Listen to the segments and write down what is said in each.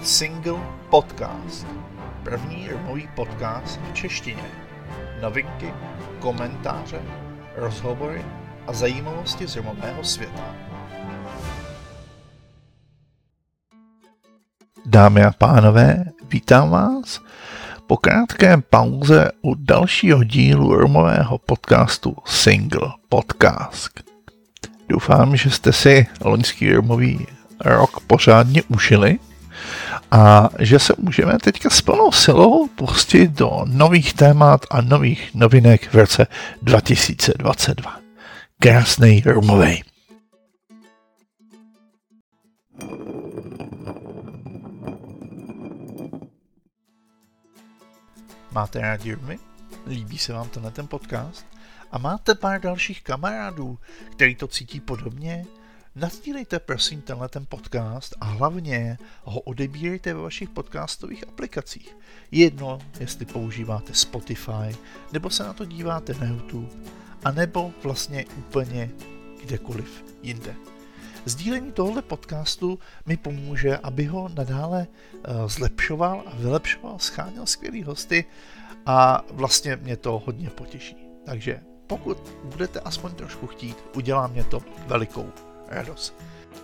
Single Podcast. První rumový podcast v češtině. Novinky, komentáře, rozhovory a zajímavosti z rumového světa. Dámy a pánové, vítám vás po krátké pauze u dalšího dílu rumového podcastu Single Podcast. Doufám, že jste si loňský rumový rok pořádně užili a že se můžeme teďka s plnou silou pustit do nových témat a nových novinek v roce 2022. Krásnej rumovej. Máte rádi rumy? Líbí se vám ten podcast? A máte pár dalších kamarádů, který to cítí podobně? Nasdílejte prosím ten podcast a hlavně ho odebírejte ve vašich podcastových aplikacích. Jedno, jestli používáte Spotify, nebo se na to díváte na YouTube, anebo vlastně úplně kdekoliv jinde. Sdílení tohoto podcastu mi pomůže, aby ho nadále zlepšoval a vylepšoval, scháněl skvělý hosty a vlastně mě to hodně potěší. Takže pokud budete aspoň trošku chtít, udělá mě to velikou radost.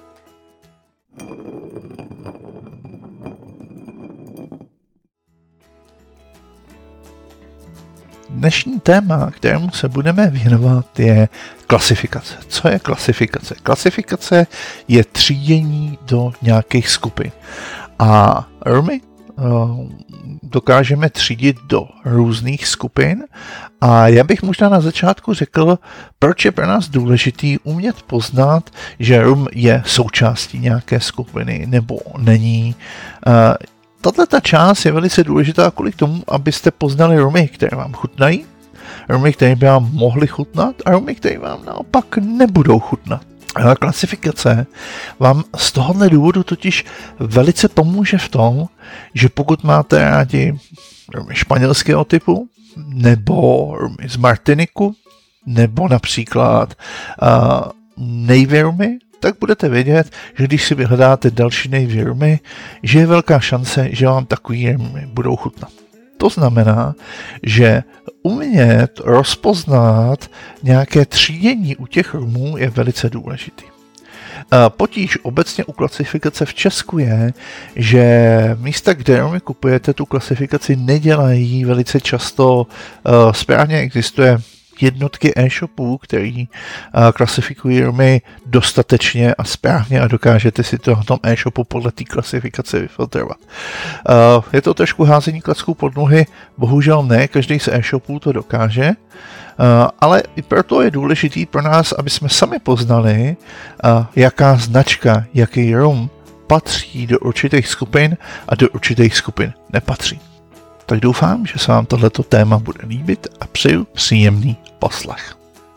Dnešní téma, kterému se budeme věnovat, je klasifikace. Co je klasifikace? Klasifikace je třídění do nějakých skupin. A rumy dokážeme třídit do různých skupin a já bych možná na začátku řekl, proč je pro nás důležitý umět poznat, že rum je součástí nějaké skupiny nebo není. Tato část je velice důležitá kvůli tomu, abyste poznali rumy, které vám chutnají, rumy, které by vám mohly chutnat a rumy, které vám naopak nebudou chutnat. Klasifikace vám z tohohle důvodu totiž velice pomůže v tom, že pokud máte rádi rumy španělského typu, nebo rumy z Martiniku, nebo například Navy rumy, tak budete vědět, že když si vyhledáte další Navy rumy, že je velká šance, že vám takový rumy budou chutnat. To znamená, že umět rozpoznat nějaké třídění u těch rumů je velice důležitý. Potíž obecně u klasifikace v Česku je, že místa, kde rumy kupujete, tu klasifikaci nedělají velice často správně. Existuje jednotky e-shopů, který klasifikují rumy dostatečně a správně a dokážete si to v tom e-shopu podle té klasifikace vyfiltrovat. Je to trošku házení klacků pod nohy, bohužel ne, každý z e-shopů to dokáže, ale i proto je důležitý pro nás, aby jsme sami poznali, jaká značka, jaký rum patří do určitých skupin a do určitých skupin nepatří. Tak doufám, že se vám tohleto téma bude líbit a přeju příjemný poslech.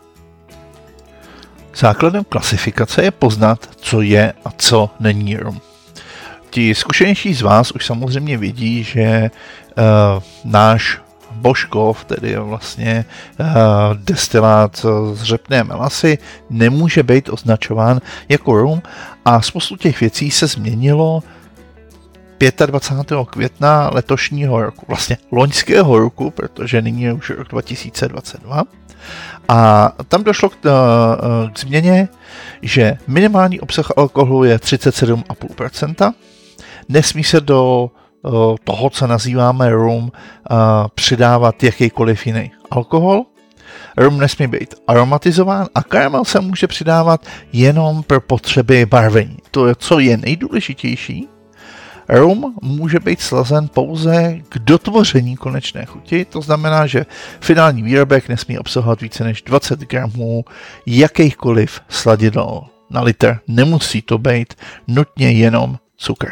Základem klasifikace je poznat, co je a co není rum. Ti zkušenější z vás už samozřejmě vidí, že náš Božkov, tedy je vlastně destilát z řepné melasy, nemůže být označován jako rum a spoustu těch věcí se změnilo 25. května letošního roku, vlastně loňského roku, protože nyní je už rok 2022. A tam došlo k změně, že minimální obsah alkoholu je 37,5%. Nesmí se do toho, co nazýváme rum, přidávat jakýkoliv jiný alkohol. Rum nesmí být aromatizován a karamel se může přidávat jenom pro potřeby barvení. To, co je nejdůležitější, rum může být slazen pouze k dotvoření konečné chuti, to znamená, že finální výrobek nesmí obsahovat více než 20 gramů jakýchkoliv sladidel na litr. Nemusí to být nutně jenom cukr.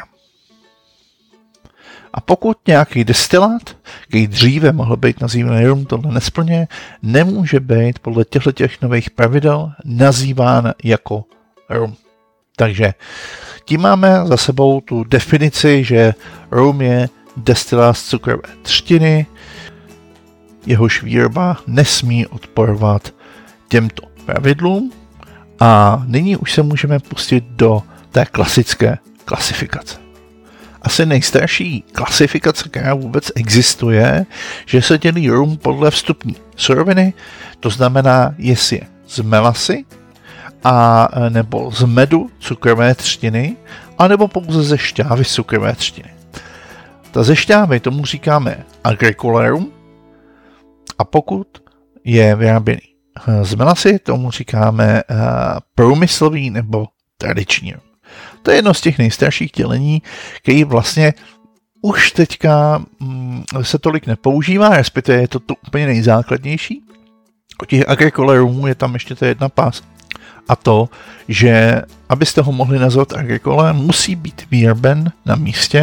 A pokud nějaký destilát, který dříve mohl být nazývaný rum, tohle nesplňuje, nemůže být podle těchto nových pravidel nazýván jako rum. Takže tím máme za sebou tu definici, že rum je destilát z cukrové třtiny, jehož výroba nesmí odporovat těmto pravidlům a nyní už se můžeme pustit do té klasické klasifikace. asi nejstarší klasifikace, která vůbec existuje, že se dělí rum podle vstupní suroviny, to znamená, jestli je z melasy, a nebo z medu cukrové třtiny, anebo pouze ze šťávy cukrové třtiny. Ta ze šťávy tomu říkáme agricole rum, a pokud je vyráběný z melasy, tomu říkáme průmyslový nebo tradiční rum. To je jedno z těch nejstarších dělení, který vlastně už teďka se tolik nepoužívá, respektive je to úplně nejzákladnější. U těch agricole rumů je tam ještě ta jedna pás. A to, že abyste ho mohli nazvat agricole, musí být vyroben na místě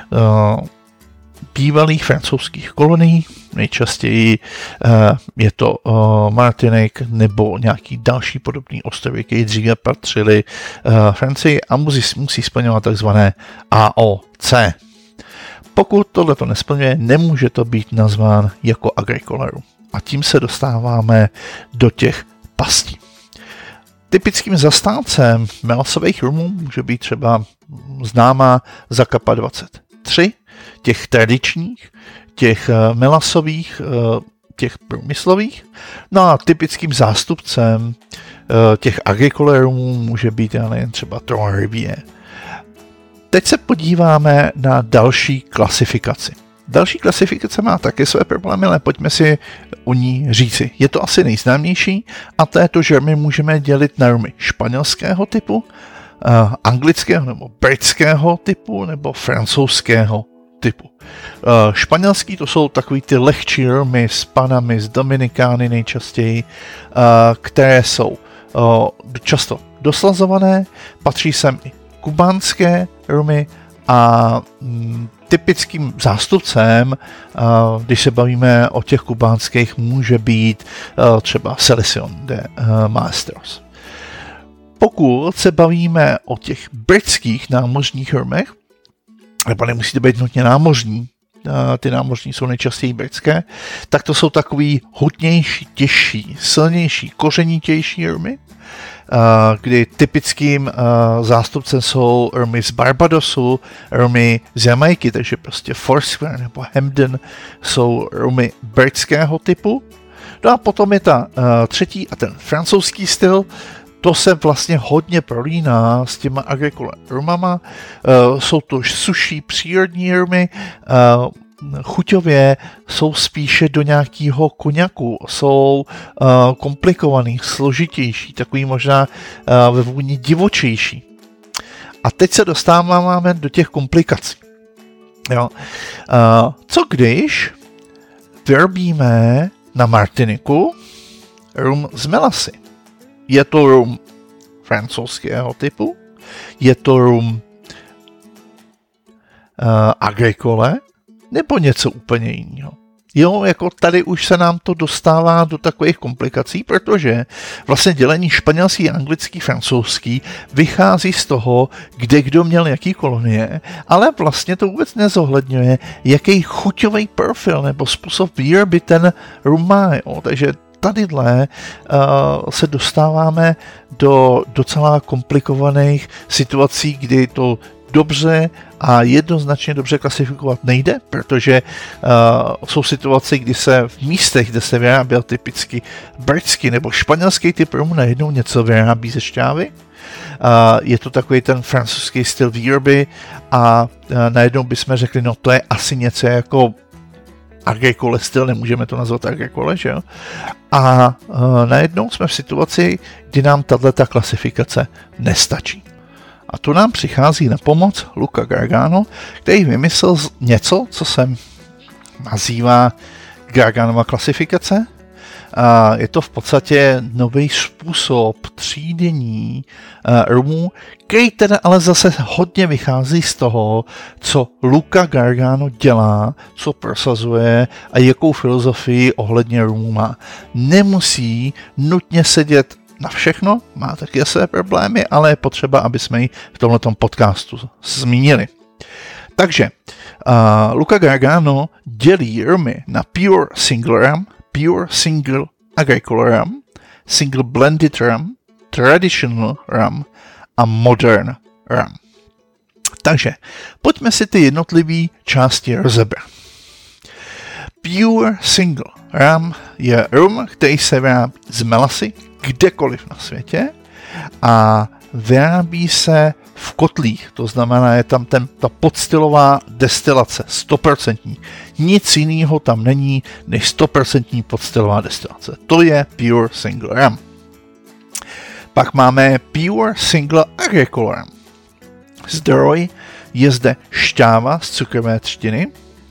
bývalých francouzských kolonií. Nejčastěji je to Martinique nebo nějaký další podobný ostrovy, které dříve patřily Francii a musí splňovat takzvané AOC. Pokud tohleto nesplňuje, nemůže to být nazván jako agricole rum. A tím se dostáváme do těch pastí. Typickým zastáncem melasových rumů může být třeba známá Zacapa 23, těch tradičních, těch melasových, těch průmyslových. No a typickým zástupcem těch agricole rumů může být jen třeba Trois Rivières. Teď se podíváme na další klasifikaci. Další klasifikace má také své problémy, ale pojďme si o ní říci. Je to asi nejznámější a to je to, že my můžeme dělit na rumy španělského typu, anglického nebo britského typu nebo francouzského typu. Španělský to jsou takový ty lehčí rumy s Panamy, s Dominikány nejčastěji, které jsou často doslazované, patří sem i kubánské rumy a typickým zástupcem, když se bavíme o těch kubánských, může být třeba Selección de Maestros. Pokud se bavíme o těch britských námořních rumech, nebo nemusí to být nutně námořní, ty námořní jsou nejčastěji britské, tak to jsou takový hutnější, těžší, silnější, kořenitější rumy, kdy typickým zástupcem jsou rumy z Barbadosu, rumy z Jamaiky, takže prostě Foursquare nebo Hamden jsou rumy britského typu. No a potom je ta třetí a ten francouzský styl, to se vlastně hodně prolíná s těma agricole rumama. Jsou to suší přírodní rumy, chuťově jsou spíše do nějakého koněku, jsou komplikovaný, složitější, takový možná ve vůni divočejší. A teď se dostáváme do těch komplikací. Jo. Co když vyrobíme na Martiniku rum z melasy? Je to rum francouzského typu, je to rum agricole, nebo něco úplně jiného. Jo, jako tady už se nám to dostává do takových komplikací, protože vlastně dělení španělský, anglický, francouzský vychází z toho, kde kdo měl jaký kolonie, ale vlastně to vůbec nezohledňuje, jaký chuťový profil nebo způsob výroby ten rum má. Jo. Takže tadyhle se dostáváme do docela komplikovaných situací, kdy to dobře a jednoznačně dobře klasifikovat nejde, protože jsou situace, kdy se v místech, kde se vyráběl typicky britský nebo španělský typ rumu, najednou něco vyrábí ze šťávy. Je to takový ten francouzský styl výroby a najednou bychom řekli, no to je asi něco jako agricole styl, nemůžeme to nazvat agricole, že jo? A najednou jsme v situaci, kdy nám tato klasifikace nestačí. A tu nám přichází na pomoc Luca Gargano, který vymyslel něco, co se nazývá Garganova klasifikace. A je to v podstatě nový způsob třídění rumů, který teda ale zase hodně vychází z toho, co Luca Gargano dělá, co prosazuje a jakou filozofii ohledně rumů má. Nemusí nutně sedět na všechno, má taky své problémy, ale je potřeba, aby jsme ji v tomhletom podcastu zmínili. Takže Luca Gargano dělí rumy na pure single rum, pure single agricole rum, single blended rum, traditional rum a modern rum. Takže pojďme si ty jednotlivé části rozebrat. Pure Single Rum je rum, který se vyrábí z melasy kdekoliv na světě a vyrábí se v kotlích, to znamená, je tam ta podstylová destilace, 100%. Nic jiného tam není než 100% podstylová destilace. To je Pure Single Rum. Pak máme Pure Single Agricole Rum. Zdroj je zde šťáva z cukrové třtiny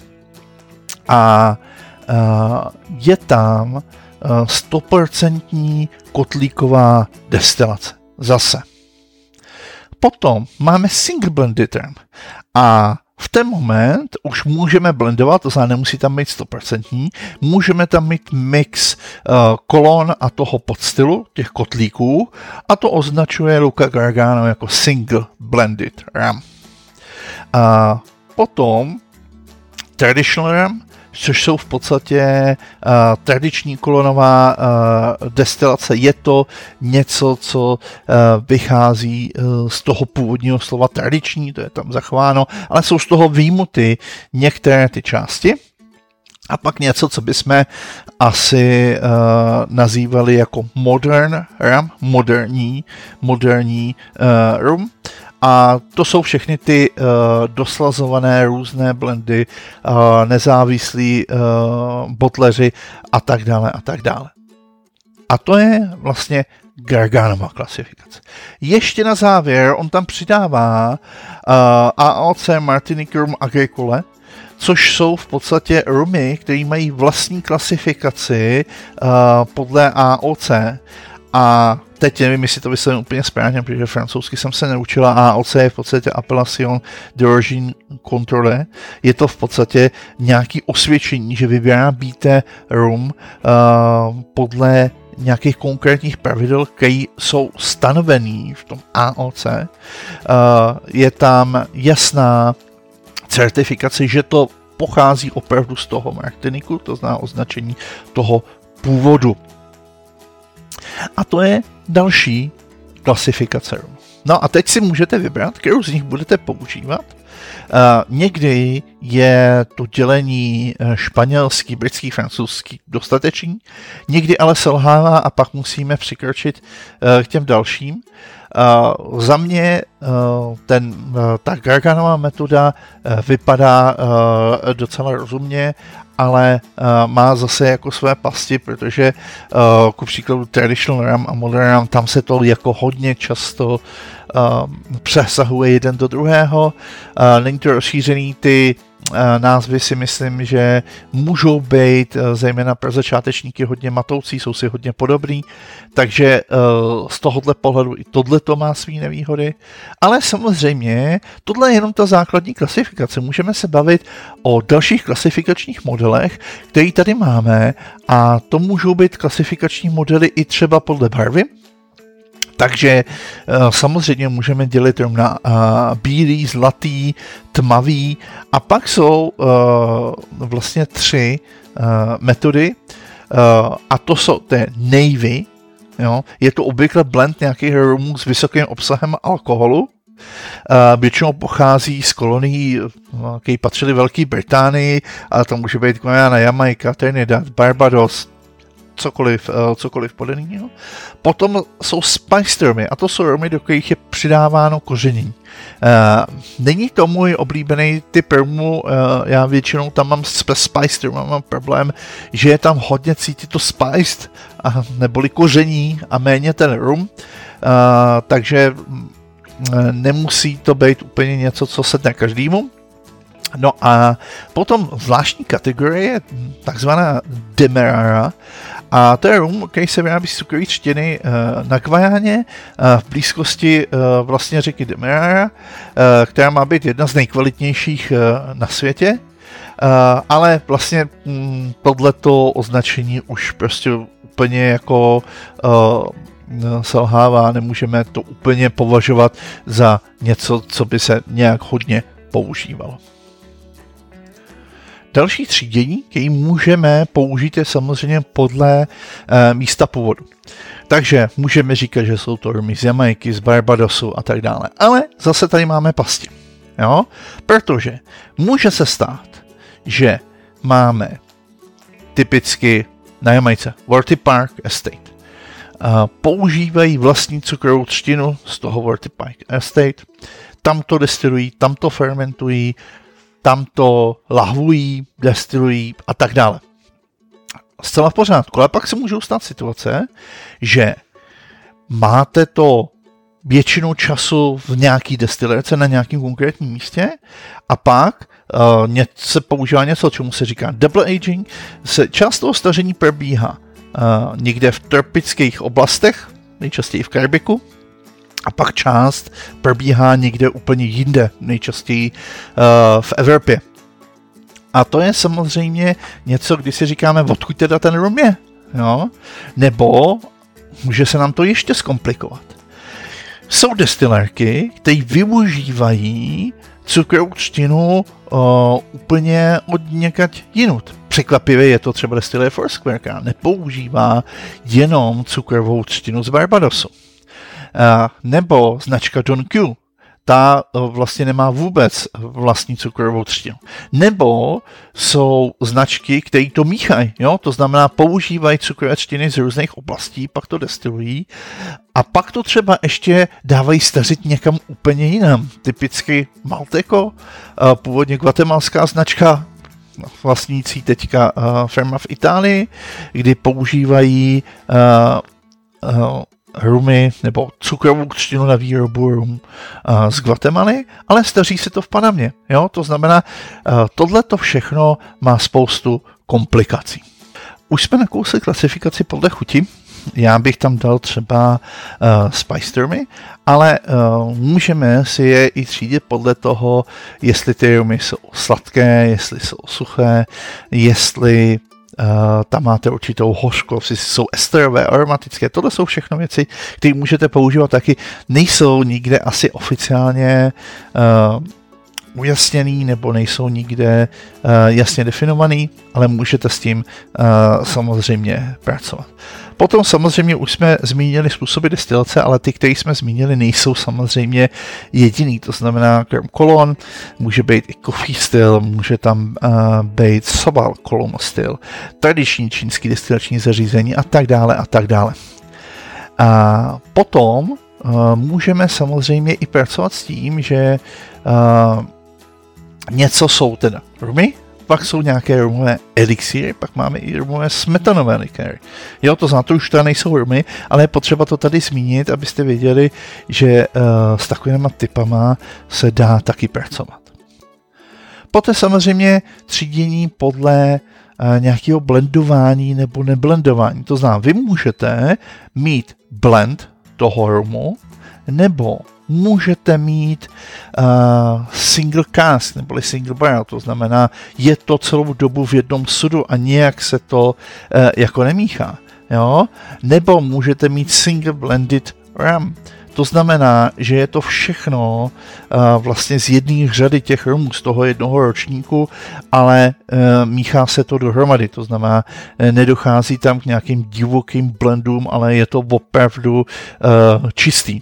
a je tam 100% kotlíková destilace. Zase. Potom máme single blended rum a v ten moment už můžeme blendovat, to znamená, nemusí tam být 100%, můžeme tam mít mix kolon a toho podstylu, těch kotlíků, a to označuje Luca Gargano jako single blended rum. A potom traditional rum, což jsou v podstatě tradiční kolonová destilace. Je to něco, co vychází z toho původního slova tradiční, to je tam zachováno, ale jsou z toho výjimuty některé ty části. A pak něco, co bychom asi nazývali jako modern rum, moderní rum. A to jsou všechny ty doslazované různé blendy, nezávislí botleři a tak dále a tak dále. A to je vlastně Garganova klasifikace. Ještě na závěr on tam přidává AOC Martinique Rum Agricole, což jsou v podstatě rumy, které mají vlastní klasifikaci podle AOC. A teď nevím, jestli to vyslovím úplně správně, protože francouzsky jsem se neučila. AOC je v podstatě Appellation d'origine contrôlée. Je to v podstatě nějaké osvědčení, že vy vyrábíte rum podle nějakých konkrétních pravidel, které jsou stanovený v tom AOC. Je tam jasná certifikace, že to pochází opravdu z toho Martiniku, to znamená označení toho původu. A to je další klasifikace rum. No a teď si můžete vybrat, kterou z nich budete používat. Někdy je to dělení španělský, britský, francouzský dostatečný, někdy ale selhává a pak musíme přikročit k těm dalším. Za mě ta Garganová metoda vypadá docela rozumně, ale má zase jako své pasti, protože ku příkladu traditional rum a modern rum, tam se to jako hodně často přesahuje jeden do druhého. Není to rozšířený, ty názvy si myslím, že můžou být zejména pro začátečníky hodně matoucí, jsou si hodně podobný, takže z tohohle pohledu i tohleto má svý nevýhody, ale samozřejmě tohle je jenom ta základní klasifikace. Můžeme se bavit o dalších klasifikačních modelech, které tady máme, a to můžou být klasifikační modely i třeba podle barvy. Takže samozřejmě můžeme dělit rum na bílý, zlatý, tmavý, a pak jsou vlastně 3 metody, a to jsou navy, jo? Je to obvykle blend nějakých rumů s vysokým obsahem alkoholu, většinou pochází z kolonií, které patřily Velké Británii, ale to může být Guyana, Jamajka, Trinidad, Barbados, cokoliv podobného. Potom jsou spiced rumy, a to jsou rumy, do kterých je přidáváno kořenění. Není to můj oblíbený typ rumu, já většinou tam mám spiced rum, mám problém, že je tam hodně cítit to spiced, neboli koření a méně ten rum, takže nemusí to být úplně něco, co sedne každému. No a potom zvláštní kategorie je takzvaná Demerara, a to je rum, který se vyrábí z cukrové třtiny na Guyaně v blízkosti vlastně řeky Demerara, která má být jedna z nejkvalitnějších na světě, ale vlastně tohleto označení už prostě úplně jako selhává, nemůžeme to úplně považovat za něco, co by se nějak hodně používalo. Další třídění, který můžeme použít, je samozřejmě podle místa původu. Takže můžeme říkat, že jsou to rumy z Jamajky, z Barbadosu a tak dále. Ale zase tady máme pasti. Jo? Protože může se stát, že máme typicky na Jamajce Worthy Park Estate. Používají vlastní cukrovou třtinu z toho Worthy Park Estate, tam to destilují, tam to fermentují, tam to lahvují, destilují a tak dále. Zcela v pořádku, ale pak se můžou stát situace, že máte to většinu času v nějaký destilace na nějakém konkrétním místě a pak se používá něco, čemu se říká double aging. Část toho staření probíhá někde v tropických oblastech, nejčastěji v Karibiku, a pak část probíhá někde úplně jinde, nejčastěji v Evropě. A to je samozřejmě něco, kdy si říkáme, odkud teda ten rum je. Jo? Nebo může se nám to ještě zkomplikovat. Jsou destilérky, které využívají cukrovou třtinu úplně od někať jinut. Překvapivě je to třeba destilér Foursquare, která nepoužívá jenom cukrovou třtinu z Barbadosu. Nebo značka Don Q, ta vlastně nemá vůbec vlastní cukrovou třtinu. Nebo jsou značky, které to míchají, jo? To znamená používají cukrové třtiny z různých oblastí, pak to destilují a pak to třeba ještě dávají stařit někam úplně jinam. Typicky Malteco, původně guatemalská značka, vlastnící teďka firma v Itálii, kdy používají rumy nebo cukrovou třtinu na výrobu rum z Guatemaly, ale staří se to v Panamě. Jo? To znamená, tohleto všechno má spoustu komplikací. Už jsme nakousli klasifikaci podle chuti. Já bych tam dal třeba spice rumy, ale můžeme si je i třídit podle toho, jestli ty rumy jsou sladké, jestli jsou suché, jestli tam máte určitou hořkost, jestli jsou esterové, aromatické, tohle jsou všechno věci, které můžete používat taky. Nejsou nikde asi oficiálně ujasněný nebo nejsou nikde jasně definovaný, ale můžete s tím samozřejmě pracovat. Potom samozřejmě už jsme zmínili způsoby destilace, ale ty, které jsme zmínili, nejsou samozřejmě jediný. To znamená krom kolon, může být i coffee styl, může tam být sobal kolon styl, tradiční čínský destilační zařízení a tak dále a tak dále. A potom můžeme samozřejmě i pracovat s tím, že něco jsou teda rumy, pak jsou nějaké rumové elixíry, pak máme i rumové smetanové likéry. Jo, to znamená, to už teda nejsou rumy, ale je potřeba to tady zmínit, abyste věděli, že s takovýma typama se dá taky pracovat. Poté samozřejmě třídění podle nějakého blendování nebo neblendování. To znamená, vy můžete mít blend toho rumu, nebo můžete mít single cask neboli single barrel, to znamená, je to celou dobu v jednom sudu a nějak se to jako nemíchá. Jo? Nebo můžete mít single blended rum. To znamená, že je to všechno vlastně z jedné řady těch rumů, z toho jednoho ročníku, ale míchá se to dohromady. To znamená, nedochází tam k nějakým divokým blendům, ale je to opravdu čistý.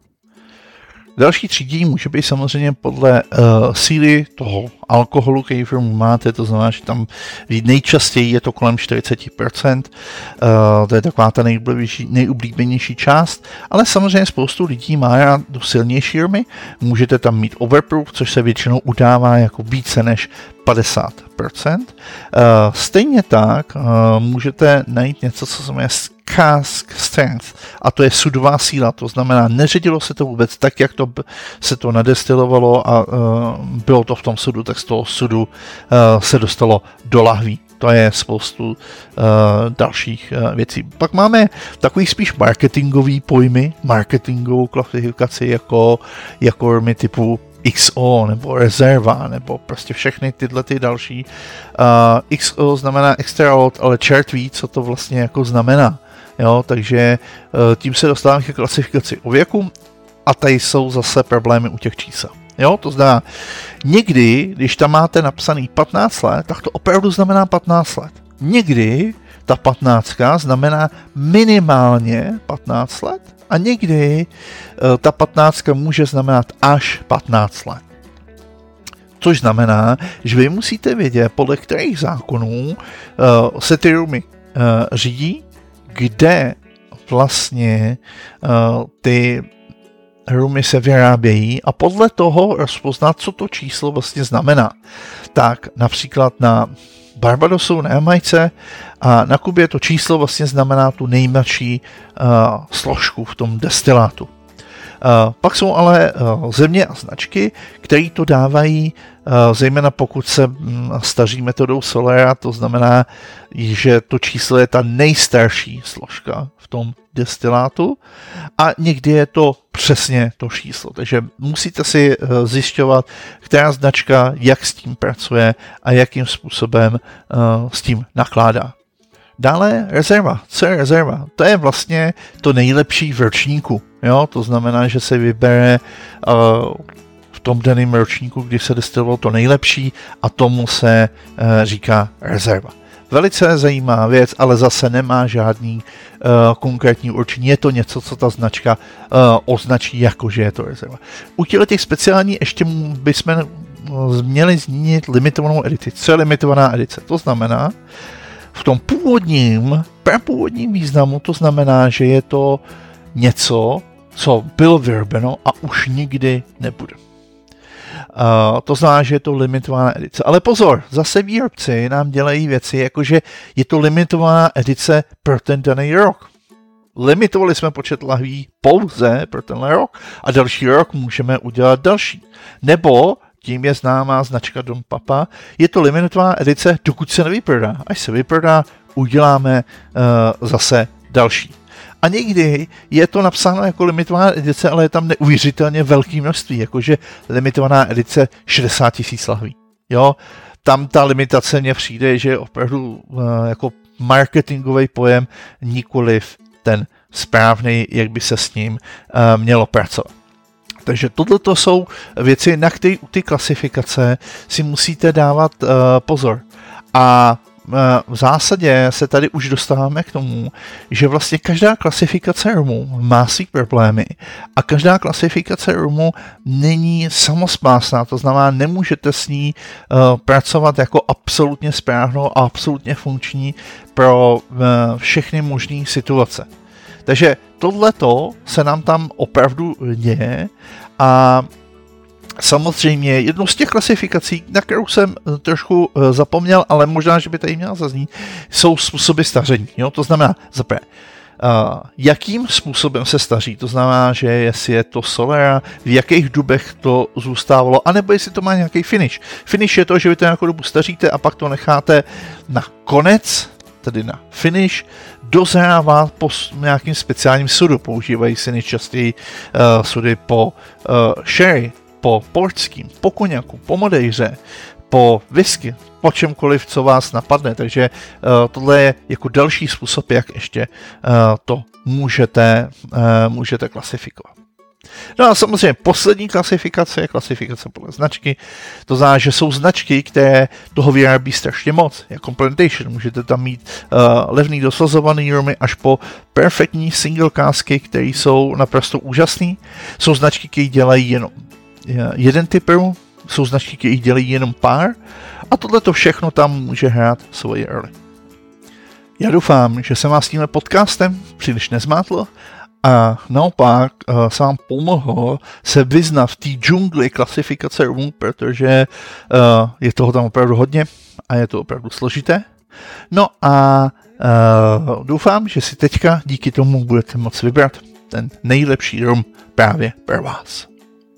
Další třídění může být samozřejmě podle síly toho alkoholu, který v rumu máte, to znamená, že tam nejčastěji je to kolem 40%, to je taková ta nejoblíbenější část, ale samozřejmě spoustu lidí má rád silnější rumy, můžete tam mít overproof, což se většinou udává jako více než 50%. Stejně tak můžete najít něco, co se jmenuje cask strength, a to je sudová síla, to znamená, neředilo se to vůbec tak, jak se to nadestilovalo a bylo to v tom sudu, tak z toho sudu se dostalo do lahví. To je spoustu dalších věcí. Pak máme takový spíš marketingový pojmy, marketingovou klasifikaci jako rumy typu XO nebo rezerva nebo prostě všechny tyhle ty další. XO znamená extra old, ale čert ví, co to vlastně jako znamená. Jo, takže tím se dostáváme ke klasifikaci o věku a tady jsou zase problémy u těch čísel. Jo, to znamená, někdy, když tam máte napsaný 15 let, tak to opravdu znamená 15 let. Někdy ta 15 znamená minimálně 15 let a někdy ta 15 může znamenat až 15 let. Což znamená, že vy musíte vědět, podle kterých zákonů se ty rumy řídí, kde vlastně ty rumy se vyrábějí a podle toho rozpoznat, co to číslo vlastně znamená. Tak například na Barbadosu, na Jamajce a na Kubě to číslo vlastně znamená tu nejmladší složku v tom destilátu. Pak jsou ale země a značky, které to dávají, zejména pokud se staří metodou Solera, to znamená, že to číslo je ta nejstarší složka v tom destilátu a někdy je to přesně to číslo. Takže musíte si zjišťovat, která značka, jak s tím pracuje a jakým způsobem s tím nakládá. Dále rezerva. Co je rezerva? To je vlastně to nejlepší v ročníku. Jo? To znamená, že se vybere v tom daném ročníku, kdy se destilovalo to nejlepší a tomu se říká rezerva. Velice zajímavá věc, ale zase nemá žádný konkrétní určení. Je to něco, co ta značka označí jako, že je to rezerva. U těch speciální ještě bychom měli zmínit limitovanou edici. Co je limitovaná edice? To znamená, v tom prapůvodním významu to znamená, že je to něco, co bylo vyrobeno a už nikdy nebude. To znamená, že je to limitovaná edice. Ale pozor, zase výrobci nám dělají věci, jakože je to limitovaná edice pro ten daný rok. Limitovali jsme počet lahví pouze pro tenhle rok a další rok můžeme udělat další. Nebo tím je známá značka Don Papa, je to limitovaná edice, dokud se nevyprodá. Až se vyprodá, uděláme zase další. A někdy je to napsáno jako limitovaná edice, ale je tam neuvěřitelně velké množství, jakože limitovaná edice 60 000 lahví. Jo? Tam ta limitace mně přijde, že je opravdu jako marketingový pojem, nikoliv ten správný, jak by se s ním mělo pracovat. Takže tohle jsou věci, na které u ty klasifikace si musíte dávat pozor. A v zásadě se tady už dostáváme k tomu, že vlastně každá klasifikace rumu má svý problémy a každá klasifikace rumu není samospásná, to znamená, nemůžete s ní pracovat jako absolutně správnou a absolutně funkční pro všechny možné situace. Takže tohleto se nám tam opravdu děje a samozřejmě jednou z těch klasifikací, na kterou jsem trošku zapomněl, ale možná, že by tady měla zaznít, jsou způsoby staření. Jo? To znamená, zaprvé, jakým způsobem se staří, to znamená, že jestli je to Solera, v jakých dubech to zůstávalo, anebo jestli to má nějaký finish. Finish je to, že vy to nějakou dobu staříte a pak to necháte na konec, tedy na finish, dozrává po nějakým speciálním sudu. Používají se nejčastěji sudy po sherry, po portským, po koněku, po modejře, po whisky, po čemkoliv, co vás napadne. Takže tohle je jako další způsob, jak ještě to můžete klasifikovat. No a samozřejmě poslední klasifikace je klasifikace podle značky. To znamená, že jsou značky, které toho vyrábí strašně moc, jako Plantation. Můžete tam mít levný dosazovaný rumy až po perfektní single casky, které jsou naprosto úžasný. Jsou značky, které dělají jenom jeden typ rum, jsou značky, které dělají jenom pár a tohleto všechno tam může hrát svoji roli. Já doufám, že jsem vás s tímhle podcastem příliš nezmátl a naopak se vám pomohl se vyznat v té džungli klasifikace rumů, protože je toho tam opravdu hodně a je to opravdu složité. No a doufám, že si teďka díky tomu budete moct vybrat ten nejlepší rum právě pro vás.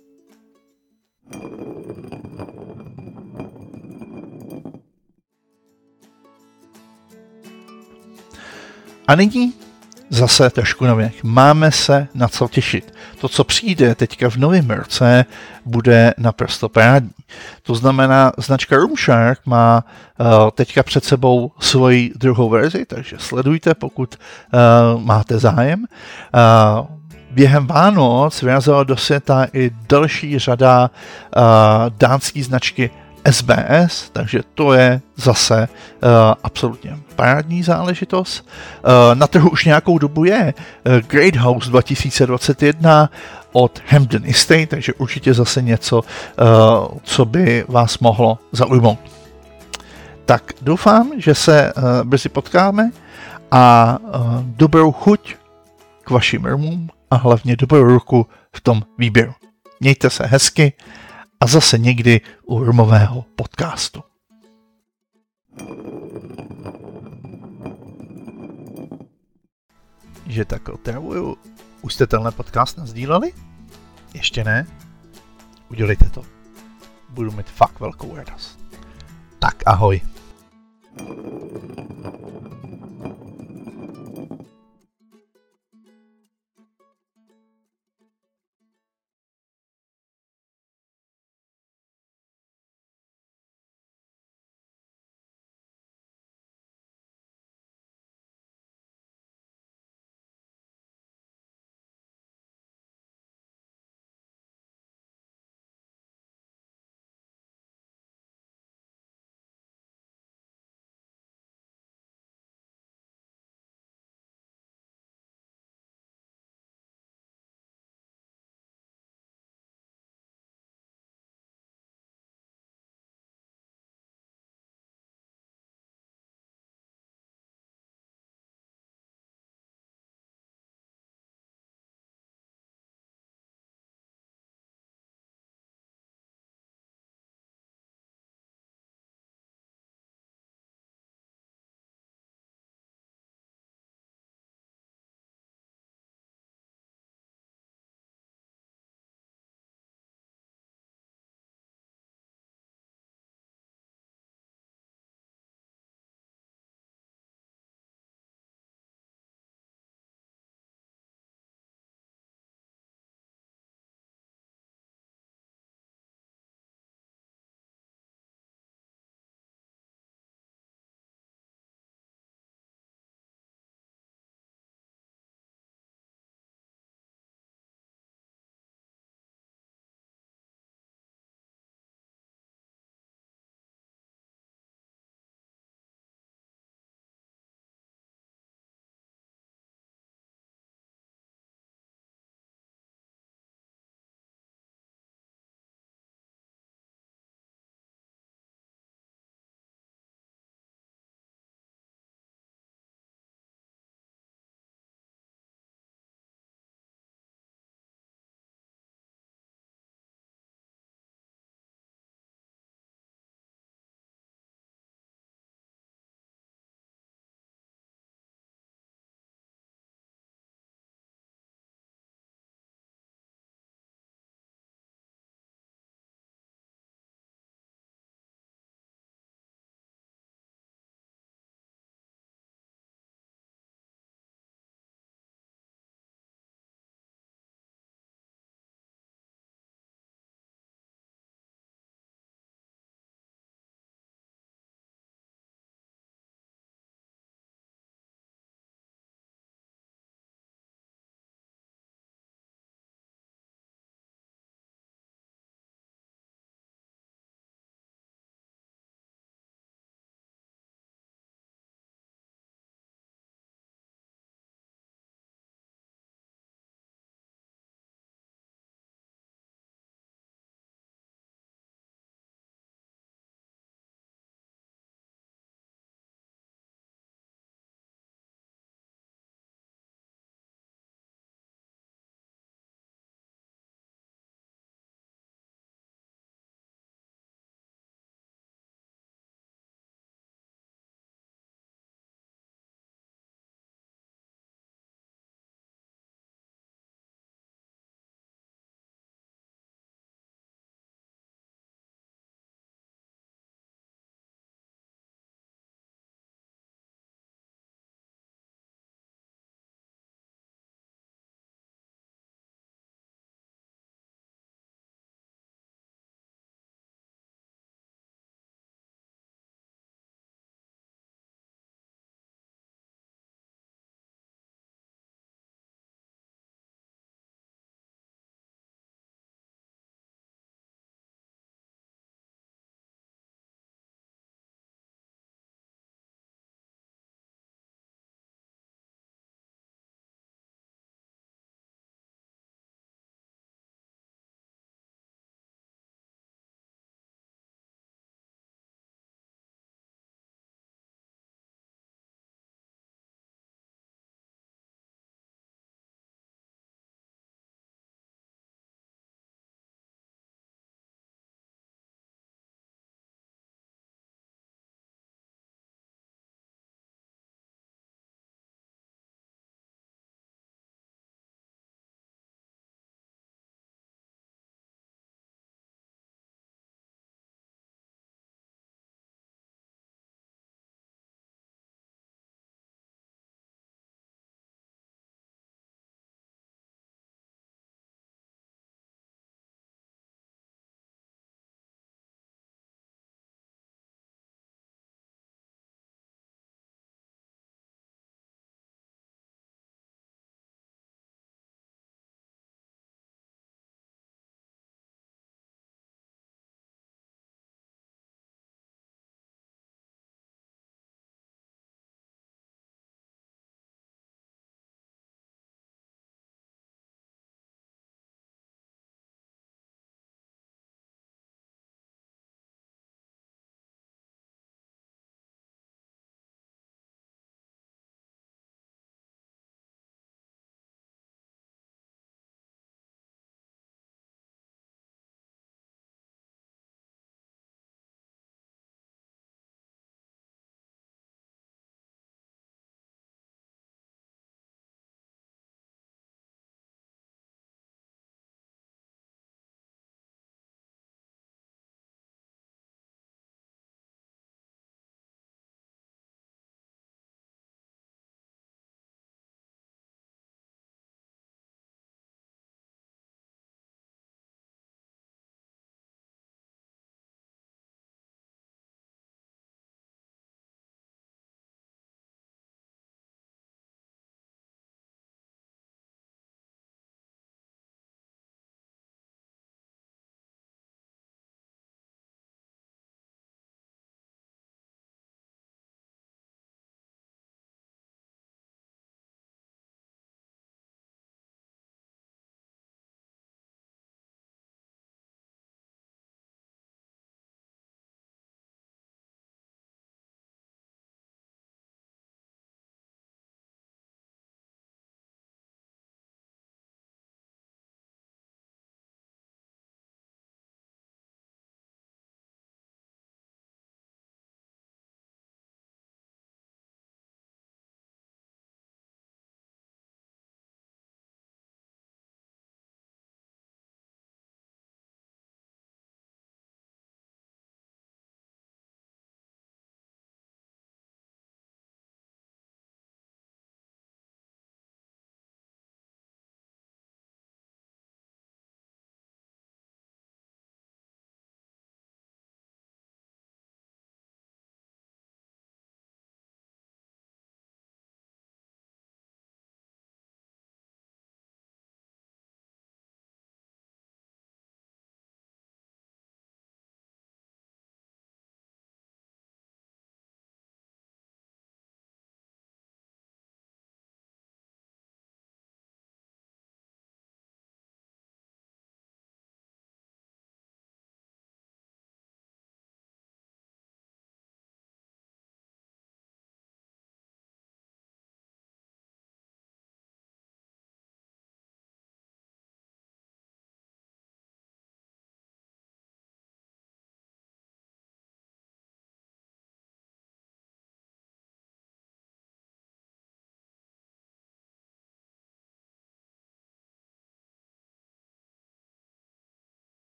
A nyní zase trošku novinek. Máme se na co těšit. To, co přijde teďka v novém roce, bude naprosto parádní. To znamená, značka Roomshark má teďka před sebou svoji druhou verzi, takže sledujte, pokud máte zájem. Během Vánoc vyrazila do světa i další řada dánské značky SBS, takže to je zase absolutně parádní záležitost. Na trhu už nějakou dobu je Great House 2021 od Hampden Estate, takže určitě zase něco, co by vás mohlo zaujmout. Tak doufám, že se brzy potkáme a dobrou chuť k vašim rumům a hlavně dobrou ruku v tom výběru. Mějte se hezky a zase někdy u rumového podcastu. Že tak otravuju. Už jste tenhle podcast nasdíleli? Ještě ne? Udělejte to. Budu mít fakt velkou radost. Tak ahoj.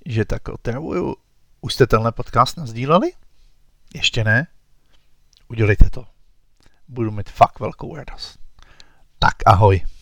že tak otravuju. Už jste tenhle podcast nasdíleli? Ještě ne? Udělejte to. Budu mít fakt velkou radost. Tak ahoj.